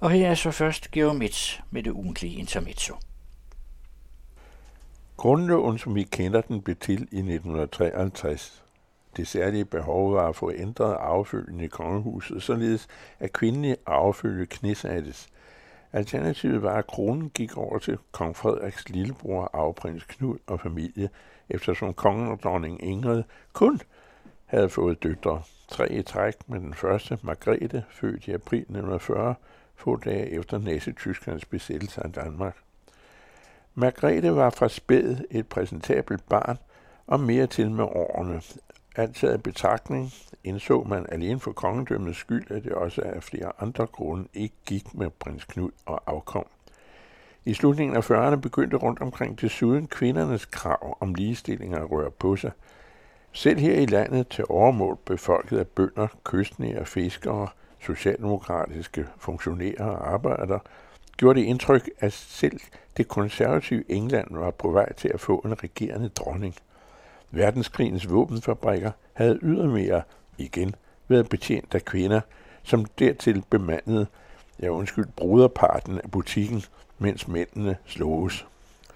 Og her er så først Georg Metz med det ugentlige intermezzo. Grundloven, som vi kender den, blev til i 1953. Det særlige behov var at få ændret arvefølgen i kongehuset, således at kvindelige arvefølge knæsattes. Alternativet var, at kronen gik over til kong Frederiks lillebror, arveprins Knud og familie, eftersom kongen og dronning Ingrid kun havde fået døtre. 3 i træk med den første, Margrethe, født i april 1940, få dage efter Nazi-Tysklands besættelse af Danmark. Margrethe var fra spæd et præsentabelt barn og mere til med årene. Alt i betragtning indså man alene for kongedømmets skyld, at det også af flere andre grunde ikke gik med prins Knud og afkom. I slutningen af 40'erne begyndte rundt omkring desuden kvindernes krav om ligestilling at røre på sig. Selv her i landet til overmål befolket af bønder, kystnære, fiskere, socialdemokratiske funktionærer og arbejdere, gjorde det indtryk, at selv det konservative England var på vej til at få en regerende dronning. Verdenskrigens våbenfabrikker havde ydermere igen været betjent af kvinder, som dertil bemandede, broderparten af butikken, mens mændene sloges.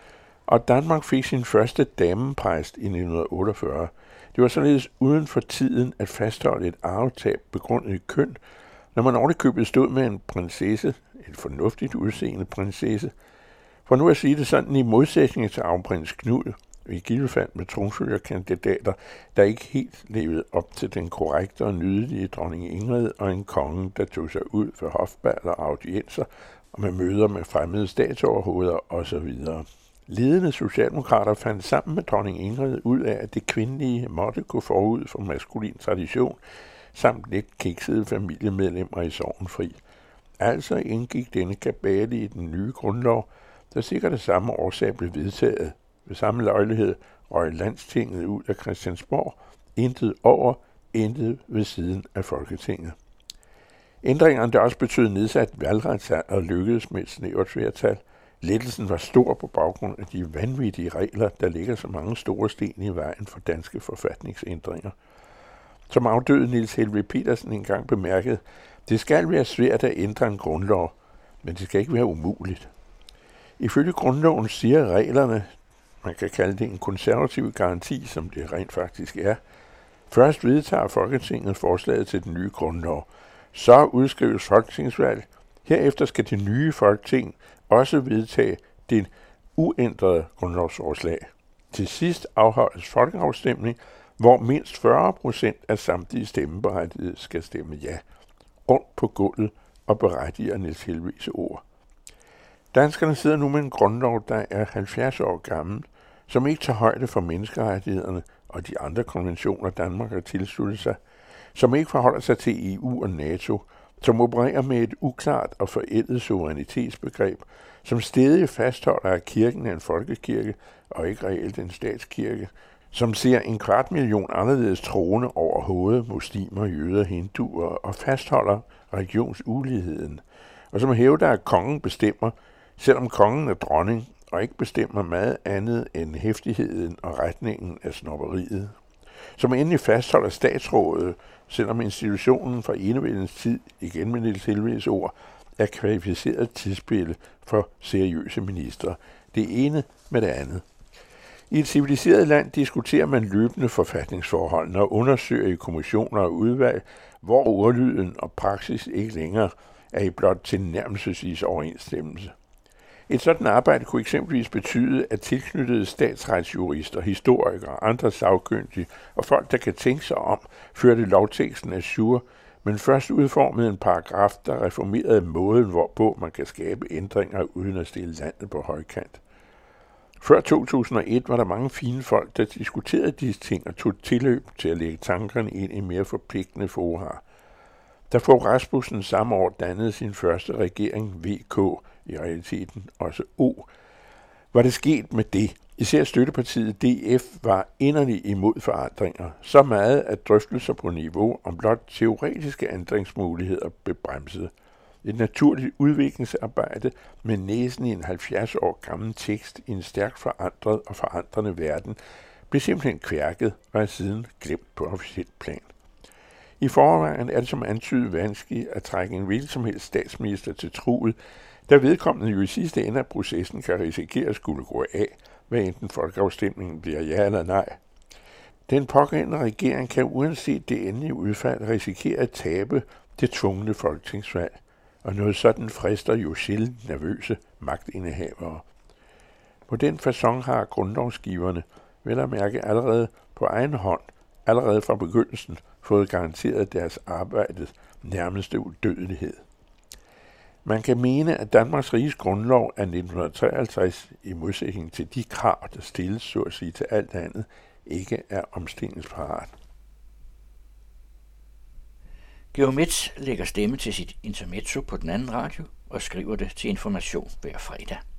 Og Danmark fik sin første damepræst i 1948. Det var således uden for tiden at fastholde et arvetab begrundet i køn, når man ovenikøbet stod med en prinsesse, et fornuftigt udseende prinsesse. For nu at sige det sådan, i modsætning til arveprins Knud, i givet fald med tronfølgerkandidater, der ikke helt levede op til den korrekte og nydelige dronning Ingrid og en konge, der tog sig ud for hofballer og audiencer og med møder med fremmede statsoverhoveder osv. Ledende socialdemokrater fandt sammen med dronning Ingrid ud af, at det kvindelige måtte gå forud for maskulin tradition, samt lidt kiksede familiemedlemmer i sorgenfri. Altså indgik denne kabale i den nye grundlov, der sikkert af samme årsag blev vedtaget. Ved samme lejlighed røg Landstinget ud af Christiansborg, intet over, intet ved siden af Folketinget. Ændringerne, der også betød nedsat valgretsalder, lykkedes med et snævert flertal. Lettelsen var stor på baggrund af de vanvittige regler, der ligger så mange store sten i vejen for danske forfatningsændringer. Som afdøde Niels Helveg Petersen engang bemærkede, det skal være svært at ændre en grundlov, men det skal ikke være umuligt. Ifølge grundloven siger reglerne, man kan kalde det en konservativ garanti, som det rent faktisk er. Først vedtager Folketinget forslaget til den nye grundlov. Så udskrives folketingsvalg. Herefter skal det nye Folketing også vedtage det uændrede grundlovsforslag. Til sidst afholdes folkeafstemning, hvor mindst 40% af samtlige stemmeberettigede skal stemme ja. Rundt på gulvet og berettiger Niels Helvegs ord. Danskerne sidder nu med en grundlov, der er 70 år gammel, som ikke tager højde for menneskerettighederne og de andre konventioner, Danmark har tilsluttet sig, som ikke forholder sig til EU og NATO, som opererer med et uklart og forældet suverænitetsbegreb, som stadig fastholder, at kirken er en folkekirke og ikke reelt en statskirke, som ser 250.000 anderledes troende over hovedet, muslimer, jøder, hinduer og fastholder religionsuligheden, og som hævder, at kongen bestemmer, selvom kongen er dronning, og ikke bestemmer meget andet end heftigheden og retningen af snobberiet. Som endelig fastholder statsrådet, selvom institutionen fra enevældens tid, igen med Niels Helvegs ord, er kvalificeret tidsspil for seriøse ministre. Det ene med det andet. I et civiliseret land diskuterer man løbende forfatningsforholdene og undersøger i kommissioner og udvalg, hvor ordlyden og praksis ikke længere er i blot tilnærmelsesvis overensstemmelse. Et sådan arbejde kunne eksempelvis betyde, at tilknyttede statsretsjurister, historikere, andre sagkyndige og folk, der kan tænke sig om, førte lovteksten ajour, men først udformede en paragraf, der reformerede måden, hvorpå man kan skabe ændringer uden at stille landet på højkant. Før 2001 var der mange fine folk, der diskuterede disse ting og tog tilløb til at lægge tankerne ind i mere forpligtende fora. Da Fogh Rasmussen samme år dannede sin første regering, VK, i realiteten også O, var det sket med det. Især støttepartiet DF var inderligt imod forandringer, så meget at drøftelser på niveau om blot teoretiske ændringsmuligheder blev bremset. Et naturligt udviklingsarbejde med næsen i en 70 år gammel tekst i en stærkt forandret og forandrende verden blev simpelthen kværket og er siden glemt på officielt plan. I forvejen er det som antydet vanskeligt at trække en hvilken som helst statsminister til truget, da vedkommende jo i sidste ende af processen kan risikere at skulle gå af, hvad enten folkeafstemningen bliver ja eller nej. Den pågældende regering kan uanset det endelige udfald risikere at tabe det tvungne folketingsvalg, og noget sådan frister jo sjældent nervøse magtindehavere. På den facon har grundlovsgiverne, vel at mærke allerede på egen hånd, allerede fra begyndelsen, fået garanteret deres arbejdes nærmeste udødelighed. Man kan mene, at Danmarks Riges Grundlov af 1953, i modsætning til de krav, der stilles så at sige til alt andet, ikke er omstillingsparat. Georg Metz lægger stemme til sit intermezzo på den anden radio og skriver det til Information hver fredag.